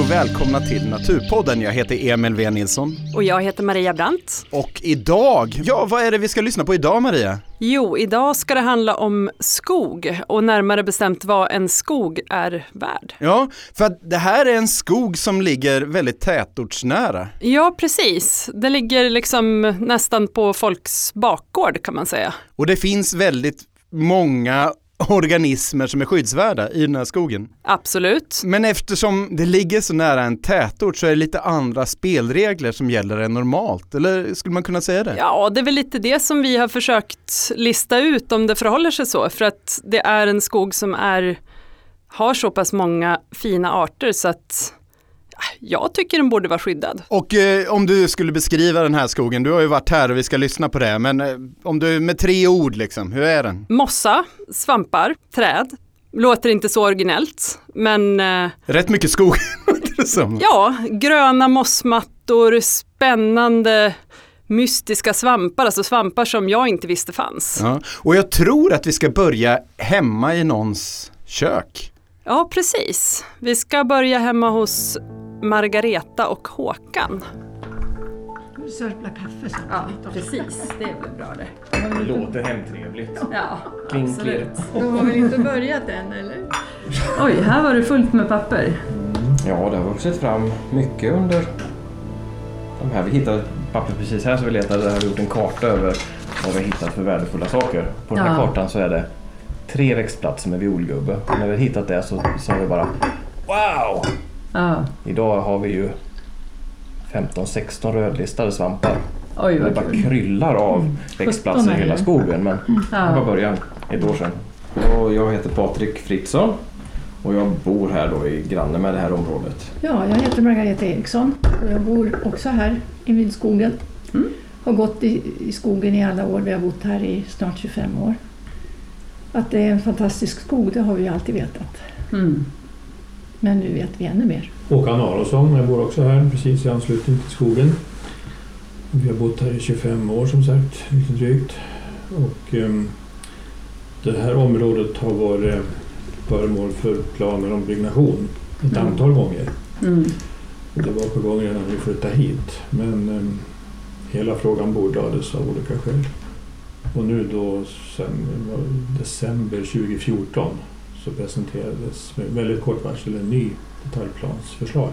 och välkomna till Naturpodden. Jag heter Emil V. Nilsson. Och jag heter Maria Brandt. Och idag, vad är det vi ska lyssna på idag, Maria? Jo, idag ska det handla om skog och närmare bestämt vad en skog är värd. Ja, för att det här är en skog som ligger väldigt tätortsnära. Ja, precis. Det ligger liksom nästan på folks bakgård kan man säga. Och det finns väldigt många organismer som är skyddsvärda i den här skogen. Absolut. Men eftersom det ligger så nära en tätort så är det lite andra spelregler som gäller än normalt. Eller skulle man kunna säga det? Ja, det är väl lite det som vi har försökt lista ut om det förhåller sig så. För att det är en skog som har så pass många fina arter så att jag tycker den borde vara skyddad. Och om du skulle beskriva den här skogen, du har ju varit här och vi ska lyssna på det, men om du med 3 ord liksom, hur är den? Mossa, svampar, träd. Låter inte så originellt, men... Rätt mycket skog, det som. Ja, gröna mossmattor, spännande, mystiska svampar, alltså svampar som jag inte visste fanns. Ja. Och jag tror att vi ska börja hemma i någons kök. Ja, precis. Vi ska börja hemma hos Margareta och Håkan. Sörpla kaffe så. Ja, precis. Det är väl bra det. Det låter hemtrevligt. Ja, absolut. De har väl inte börjat än, eller? Oj, här var det fullt med papper. Ja, det har vuxit fram mycket under de här. Vi hittade papper precis här så vi letade. Där har vi gjort en karta över vad vi har hittat för värdefulla saker. På den här kartan så är det 3 växtplatser med violgubbe. Och när vi har hittat det så sa vi bara wow! Ja. Idag har vi ju 15-16 rödlistade svampar. Oj, det bara kryllar av växtplatser i hela skogen. Men det var början 1 år sedan. Och jag heter Patrik Fritzson och jag bor här då i granne med det här området. Ja, jag heter Margareta Eriksson och jag bor också här i Vildskogen. Har gått i skogen i alla år. Vi har bott här i snart 25 år. Att det är en fantastisk skog, det har vi alltid vetat. Men nu vet vi ännu mer. Håkan Aronsson, jag bor också här precis i anslutning till skogen. Vi har bott här i 25 år som sagt, lite drygt. Och det här området har varit föremål för planer om byggnation ett antal gånger. Det var på gång redan vi flyttade hit. Men hela frågan bordlades av olika skäl. Och nu då sen december 2014 så presenterades med väldigt kort varsel en ny detaljplansförslag.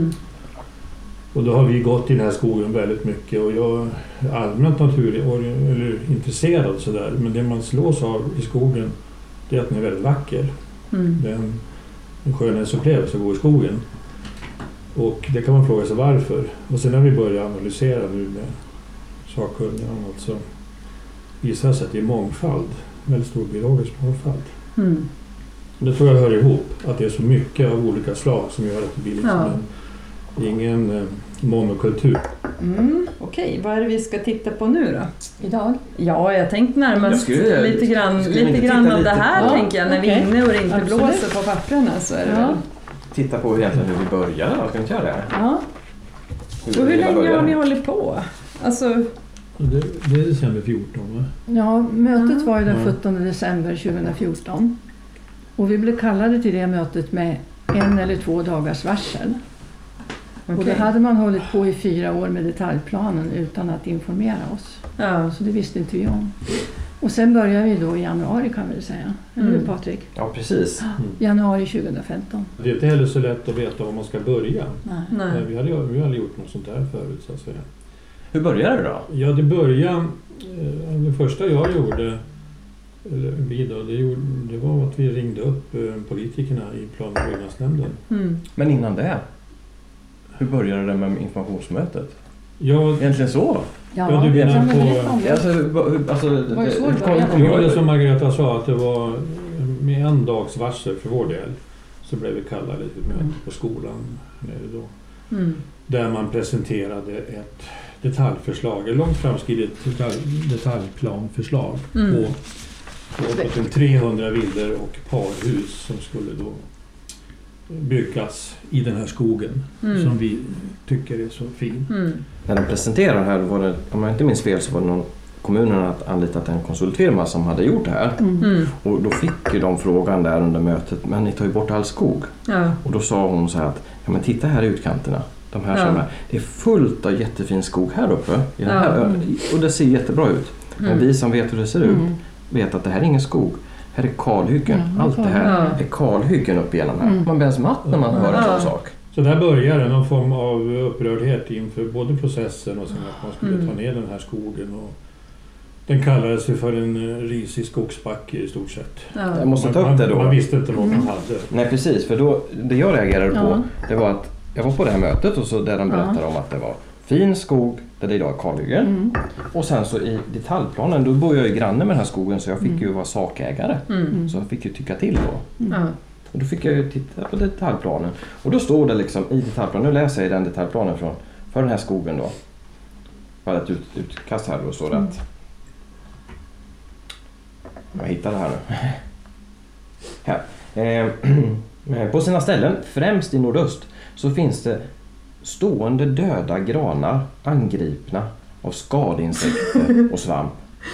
Och då har vi gått i den här skogen väldigt mycket och jag är allmänt eller intresserad sådär. Men det man slås av i skogen det är att den är väldigt vacker. Det är en skönhetsupplevelse att gå i skogen. Och det kan man fråga sig varför. Och sen när vi börjar analysera nu med sakkunniga så visar sig att det är mångfald, väldigt stor biologisk mångfald. Det tror jag hör ihop, att det är så mycket av olika slag som gör att det blir liksom ingen monokultur. Okej, vad är det vi ska titta på nu då? Idag? Ja, jag tänkte närmast lite grann av det här tänker jag, när vi är inne och det inte blåser på papperna så är det väl. Titta på hur vi börjar, ska vi inte göra det? Ja. Och hur länge har ni hållit på? Alltså... Det är december 14, va? Ja, mötet var ju den 17 december 2014. Och vi blev kallade till det mötet med 1 eller 2 dagars varsel. Och då hade man hållit på i 4 år med detaljplanen utan att informera oss. Ja. Så det visste inte vi om. Och sen började vi då i januari kan vi säga. Eller hur Patrik? Ja, precis. Januari 2015. Det är inte heller så lätt att veta var man ska börja. Nej. Vi hade gjort något sånt här förut så att säga. Hur började det då? Ja, det första jag gjorde, det var att vi ringde upp politikerna i plan- och byggnadsnämnden. Men innan det, hur började det med informationsmötet? Ja, egentligen så? Ja, du menar på... det som Margareta sa, att det var med 1 dags varsel för vår del så blev vi kallade till ett möte på skolan nere då. Där man presenterade ett detaljförslag, ett långt framskridet detaljplanförslag på 300 villor och parhus som skulle då byggas i den här skogen som vi tycker är så fin. När de presenterade här var det, om jag inte minns fel, så var det någon kommunen att anlitat en konsultfirma som hade gjort det här. Och då fick ju de frågan där under mötet, men ni tar ju bort all skog. Ja. Och då sa hon så här att Ja, men titta här i utkanterna. De här som det är fullt av jättefin skog här uppe. I den här, och det ser jättebra ut. Men vi som vet hur det ser ut vet att det här är ingen skog. Här är kalhyggen. Allt det här är kalhyggen upp igenom här. Man blir ens matt när man hör en sån sak. Så där började någon form av upprördhet inför både processen och sen att man skulle ta ner den här skogen. Och den kallades för en risig skogsbacke i stort sett. Jag måste ta upp det då. Man visste inte vad man hade. Nej, precis. För då, det jag reagerade på, det var att jag var på det här mötet och så där de berättade om att det var fin skog där det idag är kalhyggen. Och sen så i detaljplanen, då bor jag ju granne med den här skogen så jag fick ju vara sakägare. Så jag fick ju tycka till då. Och då fick jag ju titta på detaljplanen. Och då står det liksom i detaljplanen, nu läser jag i den detaljplanen för den här skogen då. Bara ett utkast här då står det att jag hittar det här nu. Här. På sina ställen, främst i nordöst, så finns det stående döda granar angripna av skadeinsekter och svamp.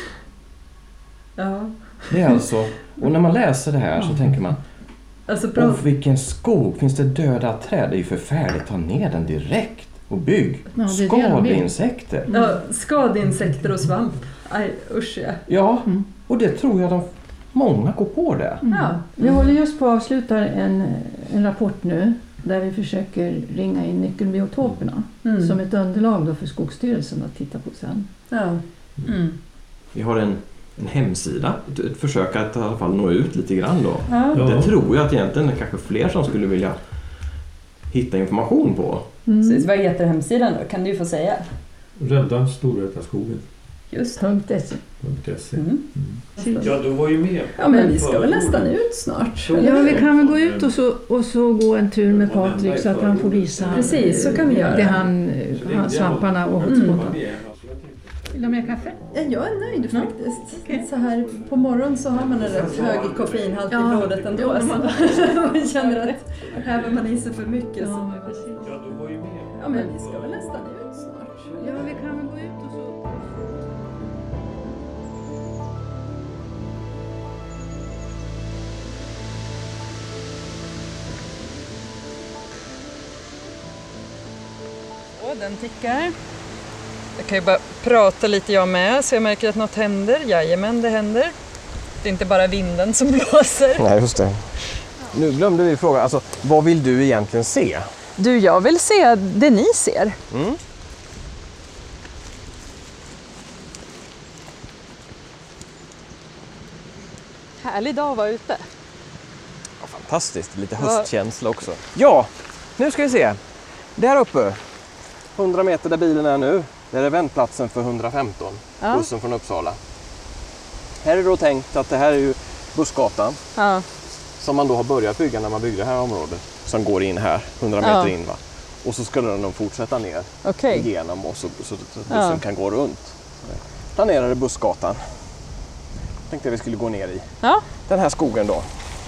Ja. Det är alltså, och när man läser det här så tänker man, alltså, vilken skog, finns det döda träd? Det är ju förfärligt, ta ner den direkt och bygg. Skadeinsekter. Ja, skadeinsekter och svamp. Aj, usch ja. Ja, och det tror jag många går på det. Ja. Vi håller just på att avsluta en rapport nu där vi försöker ringa in nyckelbiotoperna som ett underlag då för Skogsstyrelsen att titta på sen. Ja. Vi har en hemsida, ett försök att i alla fall nå ut lite grann då. Ja. Det tror jag att egentligen är kanske fler som skulle vilja hitta information på. Så vad heter hemsidan då? Kan du få säga? Rädda Storvretaskogen. Just .se. Ja, du var ju med. Ja, men vi ska väl nästan ut snart. Ja, vi kan väl gå ut och så gå en tur med Patrik så att han får visa. Precis, så kan vi göra. Det han svamparna och Vill du ha mer kaffe? Ja, jag är nöjd faktiskt. Okay. Så här på morgonen så har man en rätt hög koffeinhalt i blodet ändå. Ja, man känner att häver man i sig för mycket så... Ja, du var ju med. Ja, men vi ska väl nästan ut snart. Ja, vi kan väl gå ut och så... Den tickar. Jag kan ju bara prata lite jag med så jag märker att något händer. Jajamän, det händer. Det är inte bara vinden som blåser. Nej, just det. Nu glömde vi fråga, alltså, vad vill du egentligen se? Du, jag vill se det ni ser. Härlig dag att vara ute. Ja, fantastiskt, lite höstkänsla också. Ja, nu ska vi se. Där uppe, 100 meter där bilen är nu, där är vändplatsen för 115, bussen från Uppsala. Här är det då tänkt att det här är ju bussgatan som man då har börjat bygga när man byggde det här området. Som går in här, 100 meter in va. Och så skulle den fortsätta ner igenom och så bussen kan gå runt. Planerade bussgatan. Tänkte vi skulle gå ner i den här skogen då.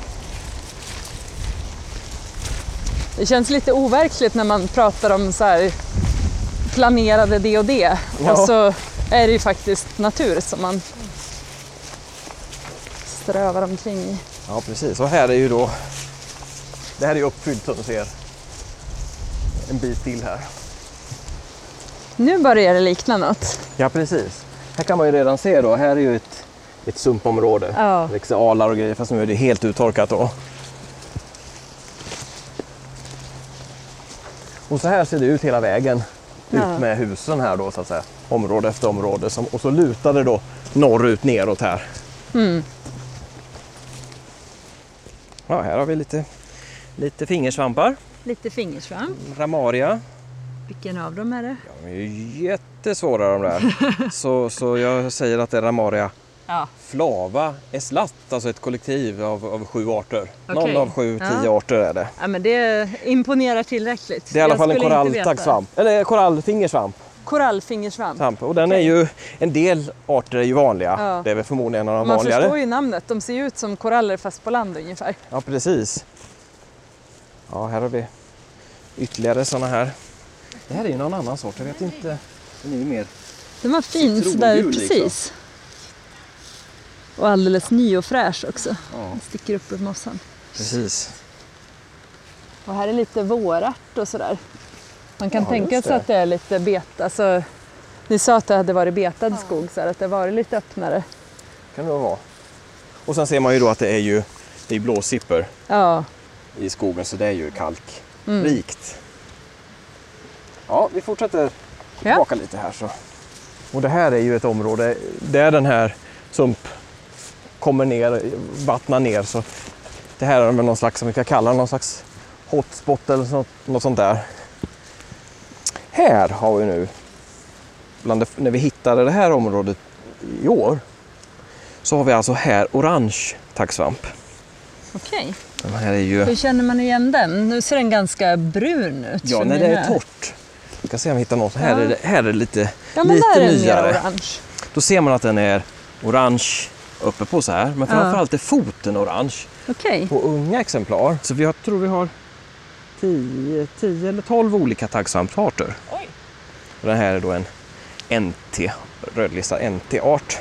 Det känns lite overkligt när man pratar om så här planerade det och det. Ja. Och så är det ju faktiskt natur som man strövar omkring i. Ja, precis. Och här är ju då, det här är ju uppfyllt som du ser. En bit till här. Nu börjar det likna något. Ja, precis. Här kan man ju redan se då, här är ju ett sumpområde. Det växer alar och grejer, fast nu är det helt uttorkat då. Och så här ser det ut hela vägen. Ut med husen här då så att säga. Område efter område. Och så lutar det då norrut neråt här. Ja, här har vi lite fingersvampar. Lite fingersvamp. Ramaria. Vilken av dem är det? Ja, de är ju jättesvåra de där. så jag säger att det är Ramaria. Flava Eslat, alltså ett kollektiv av 7 arter. Någon av 7-10 arter är det. Ja, men det imponerar tillräckligt. Det är i alla fall en koralltaggsvamp. Eller korallfingersvamp. Korallfingersvamp. Och den är ju, en del arter är ju vanliga. Det är väl förmodligen en av de vanligare. Man förstår ju namnet. De ser ju ut som koraller fast på land ungefär. Ja, precis. Ja, här har vi ytterligare sådana här. Det här är ju någon annan sort. Jag vet inte. Den är ju mer... Den var fin där precis. Liksom. Och alldeles ny och fräsch också. Den sticker upp ur mossan. Precis. Och här är lite vårart och sådär. Man kan tänka sig det. att det är lite bet. Alltså, ni sa att det hade varit betad skog, så här, att det var lite öppnare. Kan det vara. Och sen ser man ju då att det är blåsipper Ja. i skogen, så det är ju kalkrikt. Ja, vi fortsätter tillbaka lite här så. Och det här är ju ett område där den här sump kommer ner, vattnar ner, så det här är väl någon slags, som vi kan kalla någon slags hotspot eller något sånt där. Här har vi nu, när vi hittade det här området i år, så har vi alltså här orange taggsvamp. Okej. Den här är ju... Hur känner man igen den? Nu ser den ganska brun ut. Ja, när det är torrt. Vi ska se om vi hittar något. Här är det lite, men lite där är nyare. mer orange. Då ser man att den är orange uppe på så här. Men framförallt är foten orange Okej. på unga exemplar. Så jag tror vi har 10 eller 12 olika taggsvampsarter. Oj. Och den här är då en NT, rödlistad NT-art.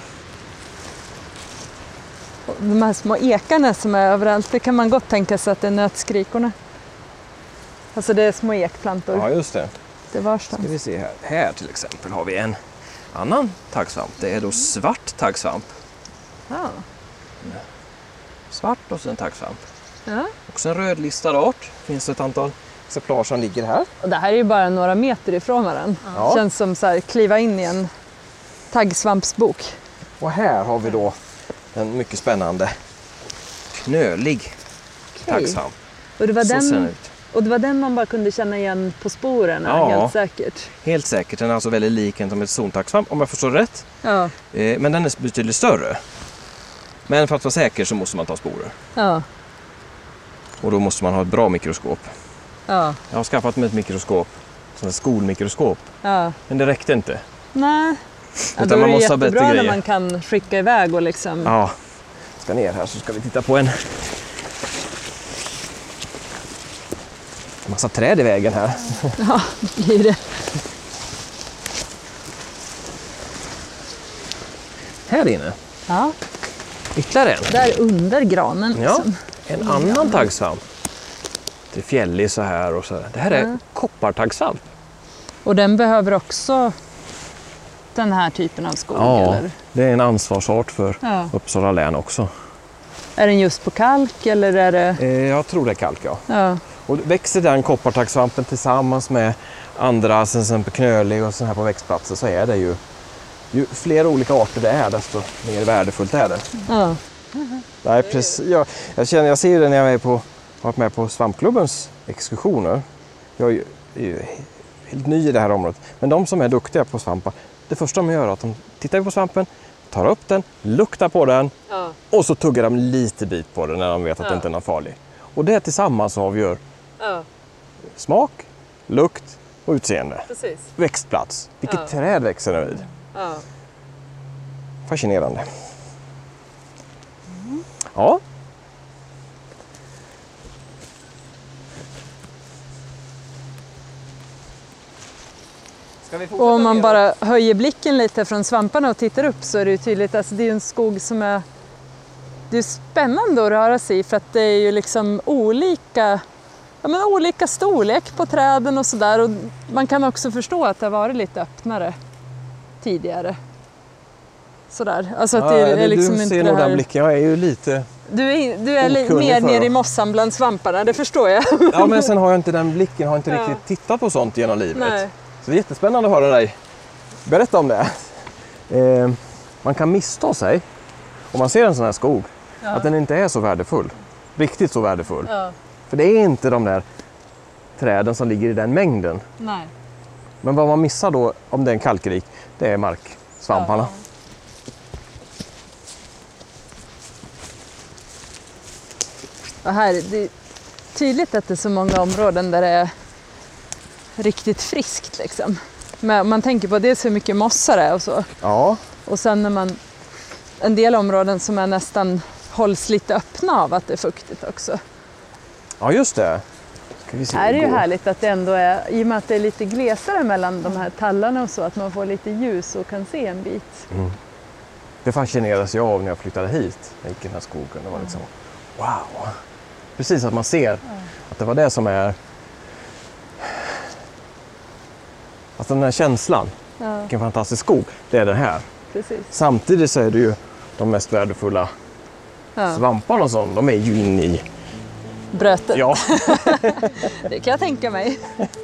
De här små ekarna som är överallt, det kan man gott tänka sig att det är nötskrikorna. Alltså det är små ekplantor. Ja, just det. Det är varstans. Ska vi se här. Här till exempel har vi en annan taggsvamp. Det är då svart taggsvamp. Ja. Svart och sen taggsvamp. Ja. Också en rödlistad art. Finns ett antal exemplar som ligger här. Och det här är ju bara några meter ifrån varandra. Ja. Känns som så här, kliva in i en taggsvampsbok. Och här har vi då en mycket spännande knölig taggsvamp. Och det var Så ser den den, ut. och det var den man bara kunde känna igen på sporerna, Ja. helt säkert. Helt säkert. Den är alltså väldigt lik en som ett zontaggsvamp, om jag förstår rätt. Ja. Men den är betydligt större. Men för att vara säker så måste man ta sporer. Ja. Och då måste man ha ett bra mikroskop. Ja. Jag har skaffat mig ett mikroskop, som ett skolmikroskop. Ja. Men det räckte inte. Nej. Ja, Utan då är man det måste ha bättre jättebra när grejer. man kan skicka iväg och liksom... Ja, ska ner här så ska vi titta på en massa träd i vägen här. Ja, blir det. Här inne, Ja, ytterligare en. där under granen Ja, liksom. en annan taggsvamp. Det är fjällig så här och så här. Det här är koppartaggsvamp. Och den behöver också den här typen av skog, Ja, eller? det är en ansvarsart för Ja. Uppsala län också. Är den just på kalk eller är det... Jag tror det är kalk, ja. Ja, Och växer den koppartaggsvampen tillsammans med andra, till exempel knölig och så här på växtplatser, så är det ju fler olika arter det är, desto mer värdefullt är det. ja. Nej, precis. Jag ser ju det när jag har varit med på Svampklubbens exkursioner. Jag är ju helt ny i det här området. Men de som är duktiga på svampar, det första de gör är att de tittar på svampen, tar upp den, luktar på den Ja. och så tuggar de lite bit på den när de vet att det inte är någon farlig. Och det tillsammans avgör Ja, smak, lukt och utseende. precis. Växtplats. Vilket träd växer den vid? Ja. Fascinerande. Ja. Ska vi fortsätta Och om man ner? bara höjer blicken lite från svamparna och tittar upp så är det ju tydligt, alltså det är ju en skog som är... Det är spännande att röra sig i för att det är ju liksom olika storlek på träden och sådär. Och man kan också förstå att det har varit lite öppnare tidigare. Sådär. Alltså att det är liksom du inte ser det nog den här... blicken. Jag är ju lite... Du är okunnig mer för nere i dem. mossan bland svamparna, det förstår jag. Ja, men sen har jag inte den blicken. Har inte Ja. riktigt tittat på sånt genom livet. Nej. Så det är jättespännande att höra dig berätta om det. Man kan missta sig om man ser en sån här skog. Att den inte är så värdefull. Riktigt så värdefull. Ja. För det är inte de där träden som ligger i den mängden. Nej. Men vad man missar då, om det är en kalkrik, det är marksvamparna. Och här, det är tydligt att det är så många områden där det är riktigt friskt liksom. Men man tänker på dels hur mycket mossa det är och så. Ja. Och sen när man, en del områden som är nästan hålls lite öppna av att det är fuktigt också. Ja, just det. Ska vi se Här är ju gå. härligt att det ändå är, i och med att det är lite glesare mellan de här tallarna och så, att man får lite ljus och kan se en bit. Det fascinerades jag av när jag flyttade hit. Jag gick i den här skogen. Det var liksom, wow. Precis, att man ser att det var det som är... Alltså den här känslan, vilken fantastisk skog, det är den här. Precis. Samtidigt så är det ju de mest värdefulla svamparna och sånt, de är ju inne i... Brötet. Ja. Det kan jag tänka mig.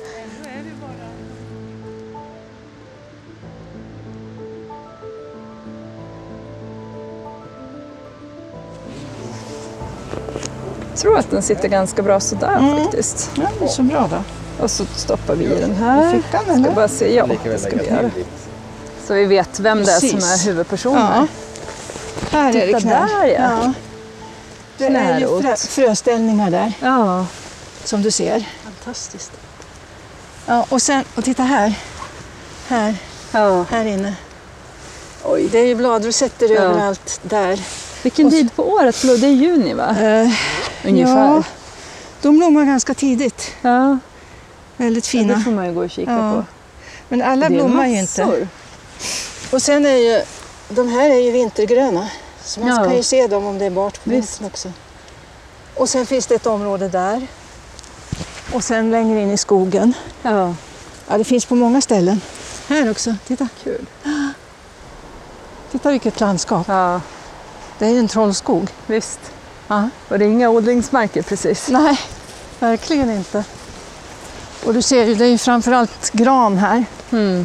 Jag tror att den sitter ganska bra sådär faktiskt. Ja, det är så bra då. Och så stoppar vi i den här. Fickan, Ska eller? bara se, ja, det ska vi göra. Så vi vet vem det är som är huvudpersonen. Ja. Här är det Titta knä. där, ja. Det är ju Knärot. fröställningar där, Ja, som du ser. fantastiskt. Ja, och titta här. Ja. Här inne. Oj, det är ju bladrosetter överallt där. Vilken tid på året? Det är juni, va? Ungefär. Ja, de blommar ganska tidigt. Ja. Väldigt Ja, fina. det får man ju gå och kika på. Men alla Det är blommar ju massor. inte. Och sen är ju, de här är ju vintergröna. Så man kan ju se dem om det är bart på vintern också. Och sen finns det ett område där. Och sen längre in i skogen. Ja. Ja, det finns på många ställen. Här också, titta. Kul. Titta vilket landskap. Ja, Det är ju en trollskog. visst. Ja. Och det är inga odlingsmarker precis. Nej, verkligen inte. Och du ser ju, det är ju framförallt gran här. Mm.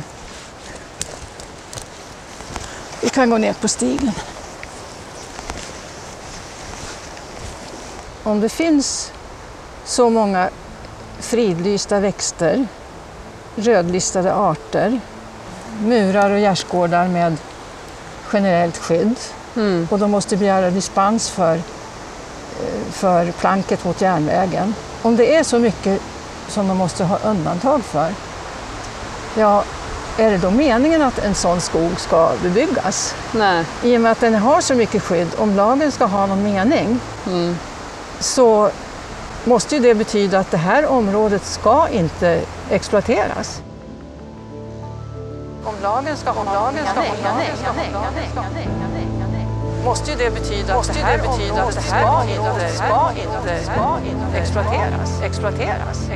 Vi kan gå ner på stigen. Om det finns så många fridlysta växter, rödlistade arter, murar och gärdsgårdar med generellt skydd och de måste begära dispens för planket mot järnvägen. Om det är så mycket som de måste ha undantag för, ja, är det då meningen att en sån skog ska bebyggas? Nej. I och med att den har så mycket skydd, om lagen ska ha någon mening, så måste ju det betyda att det här området ska inte exploateras. Om lagen ska ha mening, måste ju det betyda att det här området ska inte exploateras.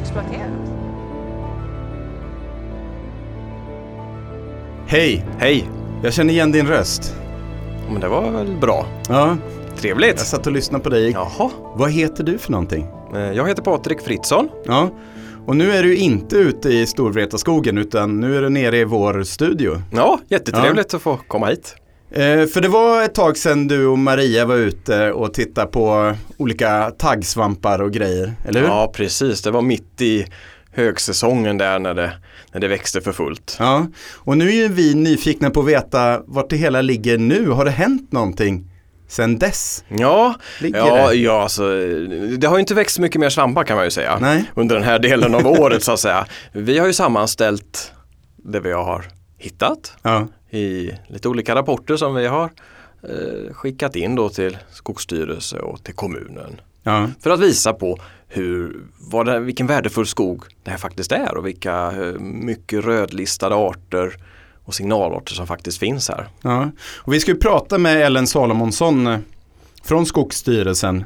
Hej! Jag känner igen din röst. Men det var väl bra. Ja, Trevligt. jag satt och lyssnade på dig. Jaha. Vad heter du för någonting? Jag heter Patrik Fritzson. Ja, och nu är du inte ute i Storvretaskogen utan nu är du nere i vår studio. Ja, jättetrevligt att få komma hit. För det var ett tag sedan du och Maria var ute och tittade på olika taggsvampar och grejer, eller hur? Ja, precis. Det var mitt i högsäsongen där när det växte för fullt. Ja, och nu är ju vi nyfikna på att veta vart det hela ligger nu. Har det hänt någonting sedan dess? Ja, Ligger det? alltså, det har ju inte växt mycket mer svampar kan man ju säga. Nej. Under den här delen av året så att säga. Vi har ju sammanställt det vi har hittat Ja. i lite olika rapporter som vi har skickat in då till Skogsstyrelsen och till kommunen. Ja. För att visa på vilken värdefull skog det här faktiskt är och vilka mycket rödlistade arter och signalarter som faktiskt finns här. Ja. Och vi ska ju prata med Ellen Salomonsson från Skogsstyrelsen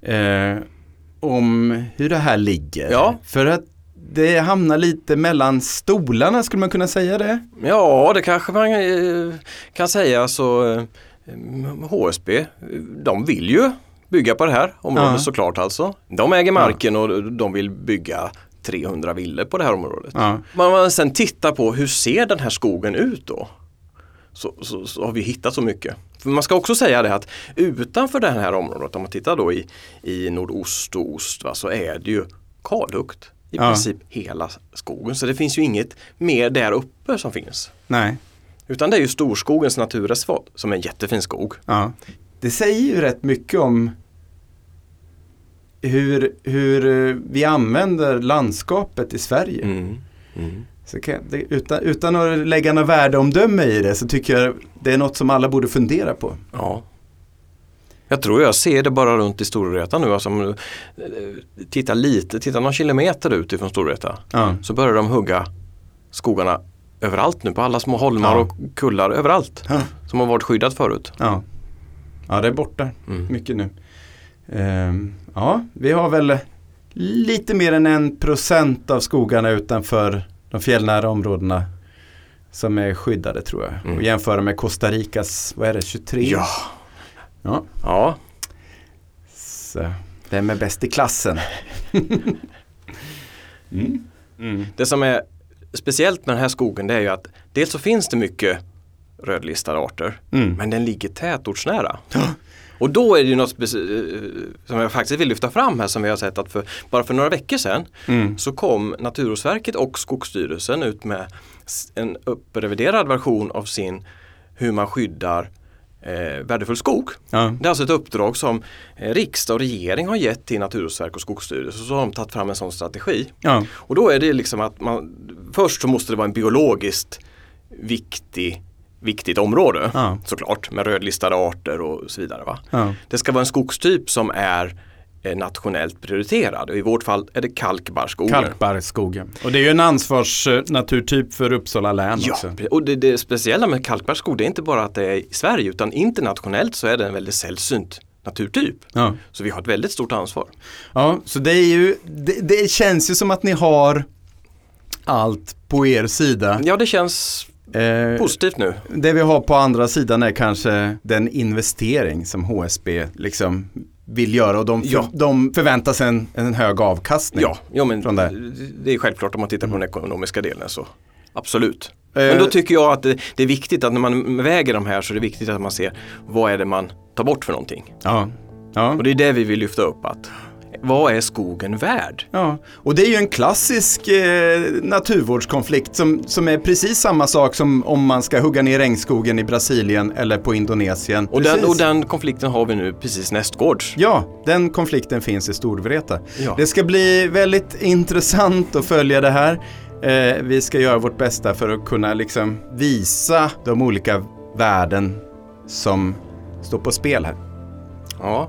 om hur det här ligger. Ja. För att det hamnar lite mellan stolarna, skulle man kunna säga det? Ja, det kanske man kan säga. Så HSB, de vill ju bygga på det här området såklart alltså. De äger marken och de vill bygga 300 villor på det här området. Ja. Men man sen tittar på hur ser den här skogen ut då? Så har vi hittat så mycket. För man ska också säga det att utanför det här området, om man tittar då i nordost och ost, så är det ju kalhuggit i princip hela skogen. Så det finns ju inget mer där uppe som finns. Nej. Utan det är ju Storskogens naturreservat som är en jättefin skog. Ja. Det säger ju rätt mycket om hur vi använder landskapet i Sverige. Så utan att lägga några värdeomdöme i det så tycker jag det är något som alla borde fundera på. Ja. Jag tror jag ser det bara runt i Storvreta nu. Alltså, titta några kilometer ut ifrån Storvreta. Ja. Så börjar de hugga skogarna överallt nu. På alla små holmar och kullar överallt. Ja. Som har varit skyddat förut. Ja, det är borta mycket nu. Ja, vi har väl lite mer än 1% av skogarna utanför de fjällnära områdena som är skyddade, tror jag. Och jämföra med Costa Ricas, vad är det, 23? Ja. Så, vem är bäst i klassen? Det som är speciellt med den här skogen, det är ju att dels så finns det mycket rödlistade arter, men den ligger tätortsnära. Och då är det ju något som jag faktiskt vill lyfta fram här, som vi har sett att bara för några veckor sedan så kom Naturvårdsverket och Skogsstyrelsen ut med en uppreviderad version av hur man skyddar värdefull skog. Ja. Det är alltså ett uppdrag som riksdag och regering har gett till Naturvårdsverket och Skogsstyrelsen, så har de tagit fram en sån strategi. Ja. Och då är det liksom att först så måste det vara en biologiskt viktigt område, såklart, med rödlistade arter och så vidare. Va? Ja. Det ska vara en skogstyp som är nationellt prioriterad, och i vårt fall är det kalkbarrskogen. Kalkbarrskogen. Och det är ju en ansvarsnaturtyp för Uppsala län också. Och det speciella med kalkbarrskog, det är inte bara att det är i Sverige, utan internationellt så är det en väldigt sällsynt naturtyp. Ja. Så vi har ett väldigt stort ansvar. Ja, så det är ju, det känns ju som att ni har allt på er sida. Ja, det känns positivt nu. Det vi har på andra sidan är kanske den investering som HSB liksom vill göra, och de förväntar sig en hög avkastning. Ja, men från det är självklart om man tittar på den ekonomiska delen, så absolut. Men då tycker jag att det är viktigt att när man väger de här, så är det viktigt att man ser vad är det man tar bort för någonting. Ja. Och det är det vi vill lyfta upp, att vad är skogen värd? Ja, och det är ju en klassisk naturvårdskonflikt som är precis samma sak som om man ska hugga ner regnskogen i Brasilien eller på Indonesien. Och den konflikten har vi nu precis nästgårds. Ja, den konflikten finns i Storvreta. Ja. Det ska bli väldigt intressant att följa det här. Vi ska göra vårt bästa för att kunna liksom visa de olika värden som står på spel här. Ja.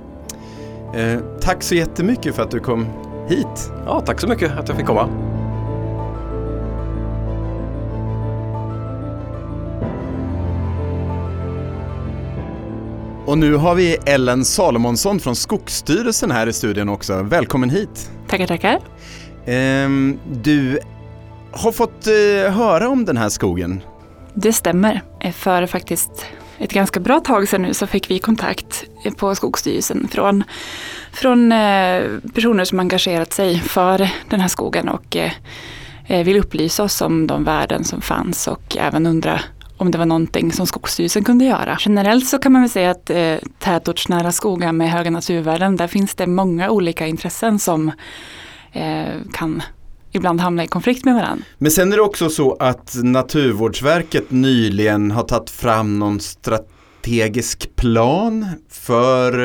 Tack så jättemycket för att du kom hit. Ja, tack så mycket att jag fick komma. Och nu har vi Ellen Salomonsson från Skogsstyrelsen här i studion också. Välkommen hit. Tackar. Du har fått höra om den här skogen. Det stämmer. För faktiskt ett ganska bra tag sedan nu så fick vi kontakt på Skogsstyrelsen från personer som engagerat sig för den här skogen och vill upplysa oss om de värden som fanns, och även undra om det var någonting som Skogsstyrelsen kunde göra. Generellt så kan man väl säga att tätortsnära skogar med höga naturvärden, där finns det många olika intressen som kan ibland hamna i konflikt med varandra. Men sen är det också så att Naturvårdsverket nyligen har tagit fram någon strategisk plan för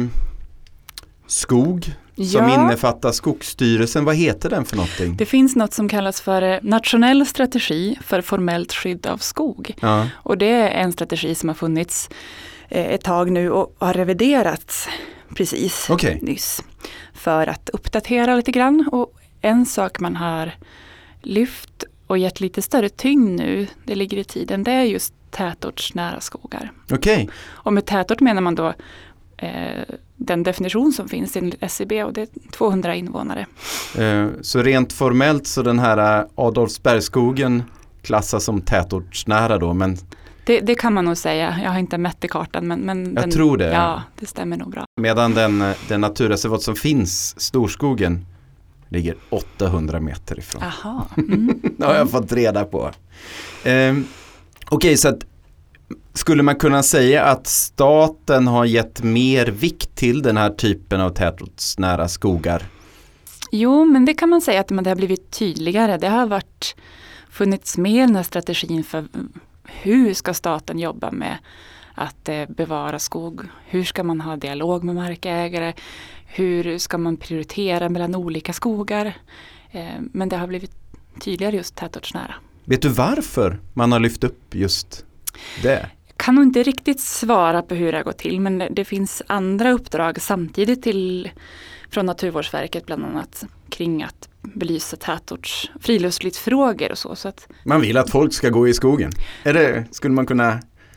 skog som innefattar Skogsstyrelsen. Vad heter den för någonting? Det finns något som kallas för nationell strategi för formellt skydd av skog. Ja. Och det är en strategi som har funnits ett tag nu och har reviderats precis nyss för att uppdatera lite grann. Och en sak man har lyft och gett lite större tyngd nu, det ligger i tiden, det är just tätortsnära skogar. Okej. Och med tätort menar man då den definition som finns i SCB, och det är 200 invånare. Så rent formellt så den här Adolfsbergsskogen klassas som tätortsnära då, men... Det kan man nog säga. Jag har inte mätt i kartan, men jag tror det. Ja, det stämmer nog bra. Medan den naturreservat som finns, Storskogen, ligger 800 meter ifrån. Aha. Det har jag fått reda på. Okej, så att skulle man kunna säga att staten har gett mer vikt till den här typen av tätortsnära skogar? Jo, men det kan man säga att det har blivit tydligare. Det har funnits med i den här strategin för hur ska staten jobba med att bevara skog? Hur ska man ha dialog med markägare? Hur ska man prioritera mellan olika skogar? Men det har blivit tydligare just tätortsnära. Vet du varför man har lyft upp just det? Jag kan nog inte riktigt svara på hur det har gått till, men det finns andra uppdrag samtidigt från Naturvårdsverket, bland annat kring att belysa friluftsfrågor och så att... Man vill att folk ska gå i skogen. Skulle man kunna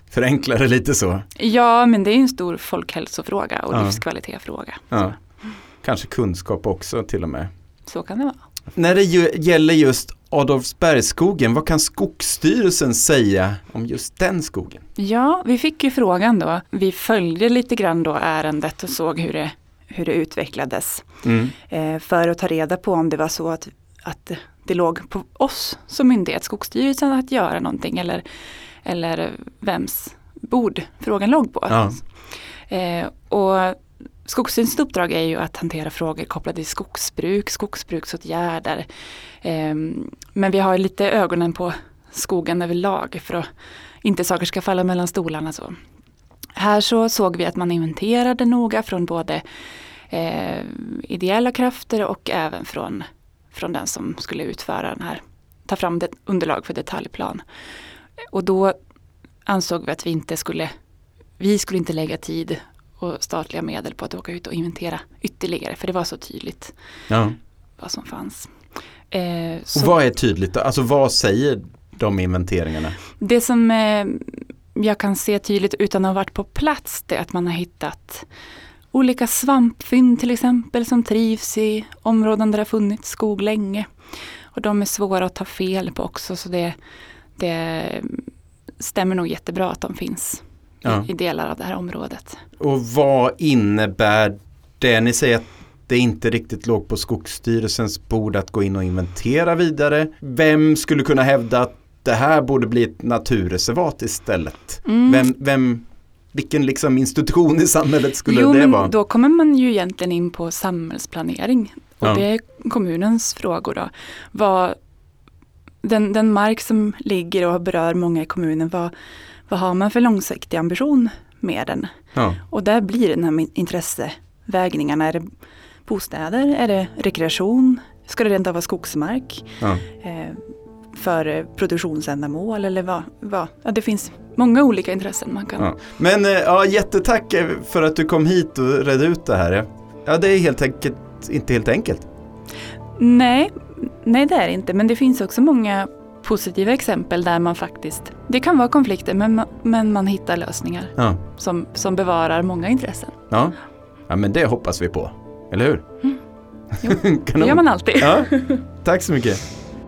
förenklar det lite så. Ja, men det är en stor folkhälsofråga och livskvalitetsfråga. Ja. Kanske kunskap också till och med. Så kan det vara. När det gäller just Adolfsbergsskogen, vad kan Skogsstyrelsen säga om just den skogen? Ja, vi fick ju frågan då. Vi följde lite grann då ärendet och såg hur det utvecklades. För att ta reda på om det var så att det låg på oss som myndighet, Skogsstyrelsen, att göra någonting eller vems bord frågan låg på. Ja. Och Skogsstyrelsens uppdrag är ju att hantera frågor kopplade till skogsbruksåtgärder. Men vi har lite ögonen på skogen överlag för att inte saker ska falla mellan stolarna. Så. Här så såg vi att man inventerade noga från både ideella krafter och även från den som skulle utföra den här, ta fram underlag för detaljplan. Och då ansåg vi att vi skulle inte lägga tid och statliga medel på att åka ut och inventera ytterligare, för det var så tydligt vad som fanns. Och vad är tydligt då? Alltså vad säger de inventeringarna? Det som jag kan se tydligt utan att ha varit på plats, det är att man har hittat olika svampfynd till exempel som trivs i områden där det har funnits skog länge. Och de är svåra att ta fel på också, så det stämmer nog jättebra att de finns i delar av det här området. Och vad innebär det? Ni säger att det inte riktigt låg på Skogsstyrelsens bord att gå in och inventera vidare. Vem skulle kunna hävda att det här borde bli ett naturreservat istället? Vilken liksom institution i samhället skulle det vara? Då kommer man ju egentligen in på samhällsplanering. Och det är kommunens frågor då. Den mark som ligger och berör många i kommunen, vad har man för långsiktig ambition med den? Ja. Och där blir den här intressevägningarna. Är det bostäder? Är det rekreation? Ska det rent av vara skogsmark? Ja. För produktionsändamål eller vad? Ja, det finns många olika intressen man kan. Ja. Men jättetack för att du kom hit och redde ut det här. Ja, det är helt enkelt inte helt enkelt. Nej, det är det inte. Men det finns också många positiva exempel där man faktiskt, det kan vara konflikter men man hittar lösningar som bevarar många intressen. Ja, men det hoppas vi på, eller hur? Jo, det gör man alltid. Ja, tack så mycket.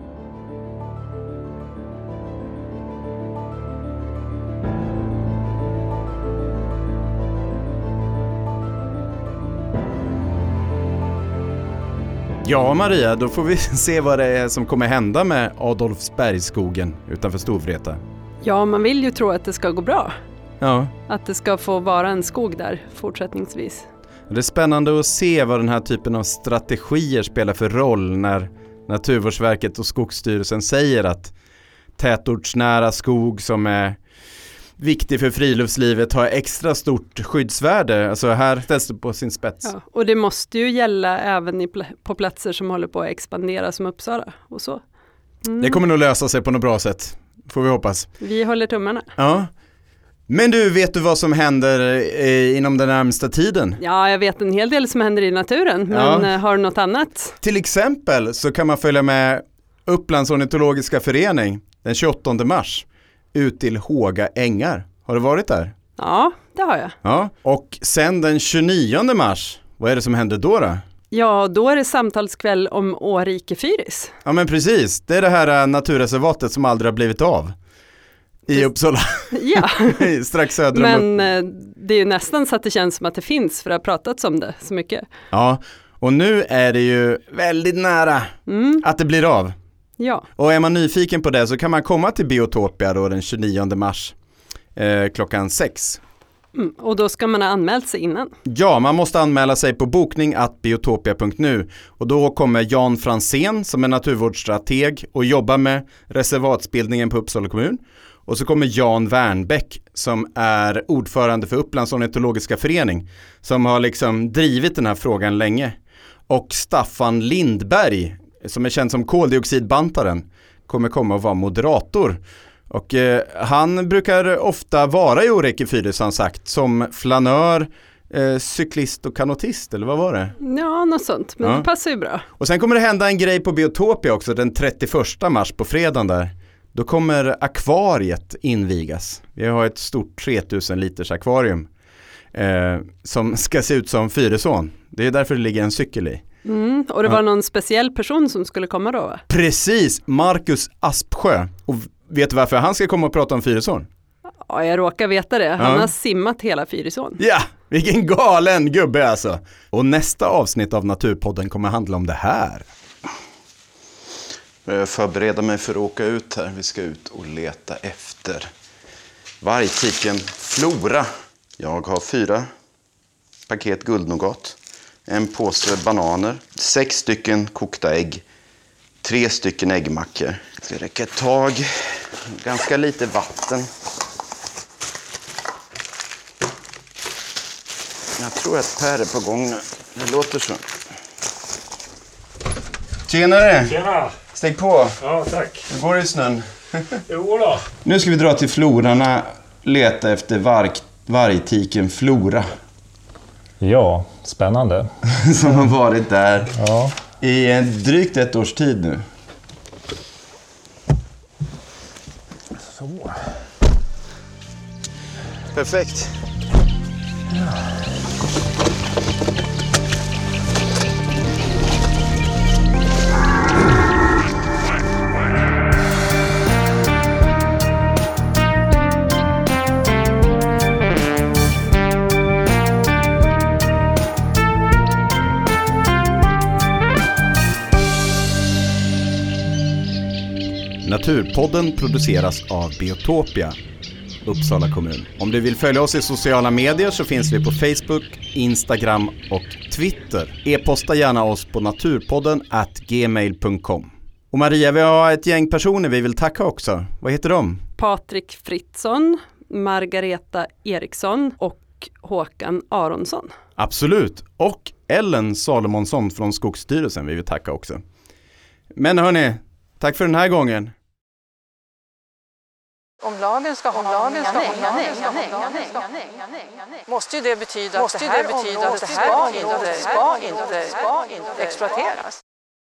Ja, Maria, då får vi se vad det är som kommer hända med Adolfsbergsskogen utanför Storvreta. Ja, man vill ju tro att det ska gå bra. Ja. Att det ska få vara en skog där fortsättningsvis. Det är spännande att se vad den här typen av strategier spelar för roll när Naturvårdsverket och Skogsstyrelsen säger att tätortsnära skog som är viktig för friluftslivet har extra stort skyddsvärde. Alltså här ställs det på sin spets. Ja, och det måste ju gälla även på platser som håller på att expandera som Uppsala och så. Det kommer nog lösa sig på något bra sätt, får vi hoppas. Vi håller tummarna. Ja. Men du, vet du vad som händer inom den närmsta tiden? Ja, jag vet en hel del som händer i naturen, men har du något annat? Till exempel så kan man följa med Upplands ornitologiska förening den 28 mars ut till Håga ängar. Har du varit där? Ja, det har jag. Ja. Och sen den 29 mars, vad är det som händer då? Ja, då är det samtalskväll om Årikefyris. Ja, men precis. Det är det här naturreservatet som aldrig har blivit av i Uppsala. Ja. Strax söder om. Men det är ju nästan så att det känns som att det finns, för det har pratats om det så mycket. Ja, och nu är det ju väldigt nära att det blir av. Ja. Och är man nyfiken på det så kan man komma till Biotopia då den 29 mars klockan 6. Och då ska man ha anmält sig innan. Ja, man måste anmäla sig på bokning@biotopia.nu. Och då kommer Jan Fransén som är naturvårdsstrateg och jobbar med reservatsbildningen på Uppsala kommun. Och så kommer Jan Wernbäck som är ordförande för Upplands ornitologiska förening som har liksom drivit den här frågan länge. Och Staffan Lindberg som är känd som koldioxidbantaren kommer komma och vara moderator. Och han brukar ofta vara i Årikefyris, han sagt, som flanör, cyklist och kanotist, eller vad var det? Ja, något sånt, men det passar ju bra. Och sen kommer det hända en grej på Biotopia också den 31 mars på fredagen där. då kommer akvariet invigas. Vi har ett stort 3000 liters akvarium som ska se ut som Fyrisån. Det är därför det ligger en cykel i. Och det var någon speciell person som skulle komma då, va? Precis, Marcus Aspsjö. Och vet du varför han ska komma och prata om Fyrisån? Ja, jag råkar veta det. Han har simmat hela Fyrisån. Ja, vilken galen gubbe alltså. Och nästa avsnitt av Naturpodden kommer handla om det här. Jag förbereder mig för att åka ut här. Vi ska ut och leta efter vargtiken Flora. Jag har 4 paket guldnougat, en påse bananer, 6 stycken kokta ägg, 3 stycken äggmackor. Det räcker ett tag, ganska lite vatten. Jag tror att Per är på gång nu. Det låter så. Tjenare! Tjena! Steg på! Ja, tack. Hur går det i snön? Jo då. Nu ska vi dra till Florarna, leta efter vargtiken Flora. Ja, spännande. Som har varit där Ja. i drygt 1 års tid nu. Så. Perfekt. Naturpodden produceras av Biotopia, Uppsala kommun. Om du vill följa oss i sociala medier så finns vi på Facebook, Instagram och Twitter. E-posta gärna oss på naturpodden@gmail.com. Och Maria, vi har ett gäng personer vi vill tacka också. Vad heter de? Patrik Fritzson, Margareta Eriksson och Håkan Aronsson. Absolut. Och Ellen Salomonsson från Skogsstyrelsen vi vill tacka också. Men hörni, tack för den här gången. Om lagen ska ha mening, måste ju det betyda att det här området ska inte exploateras.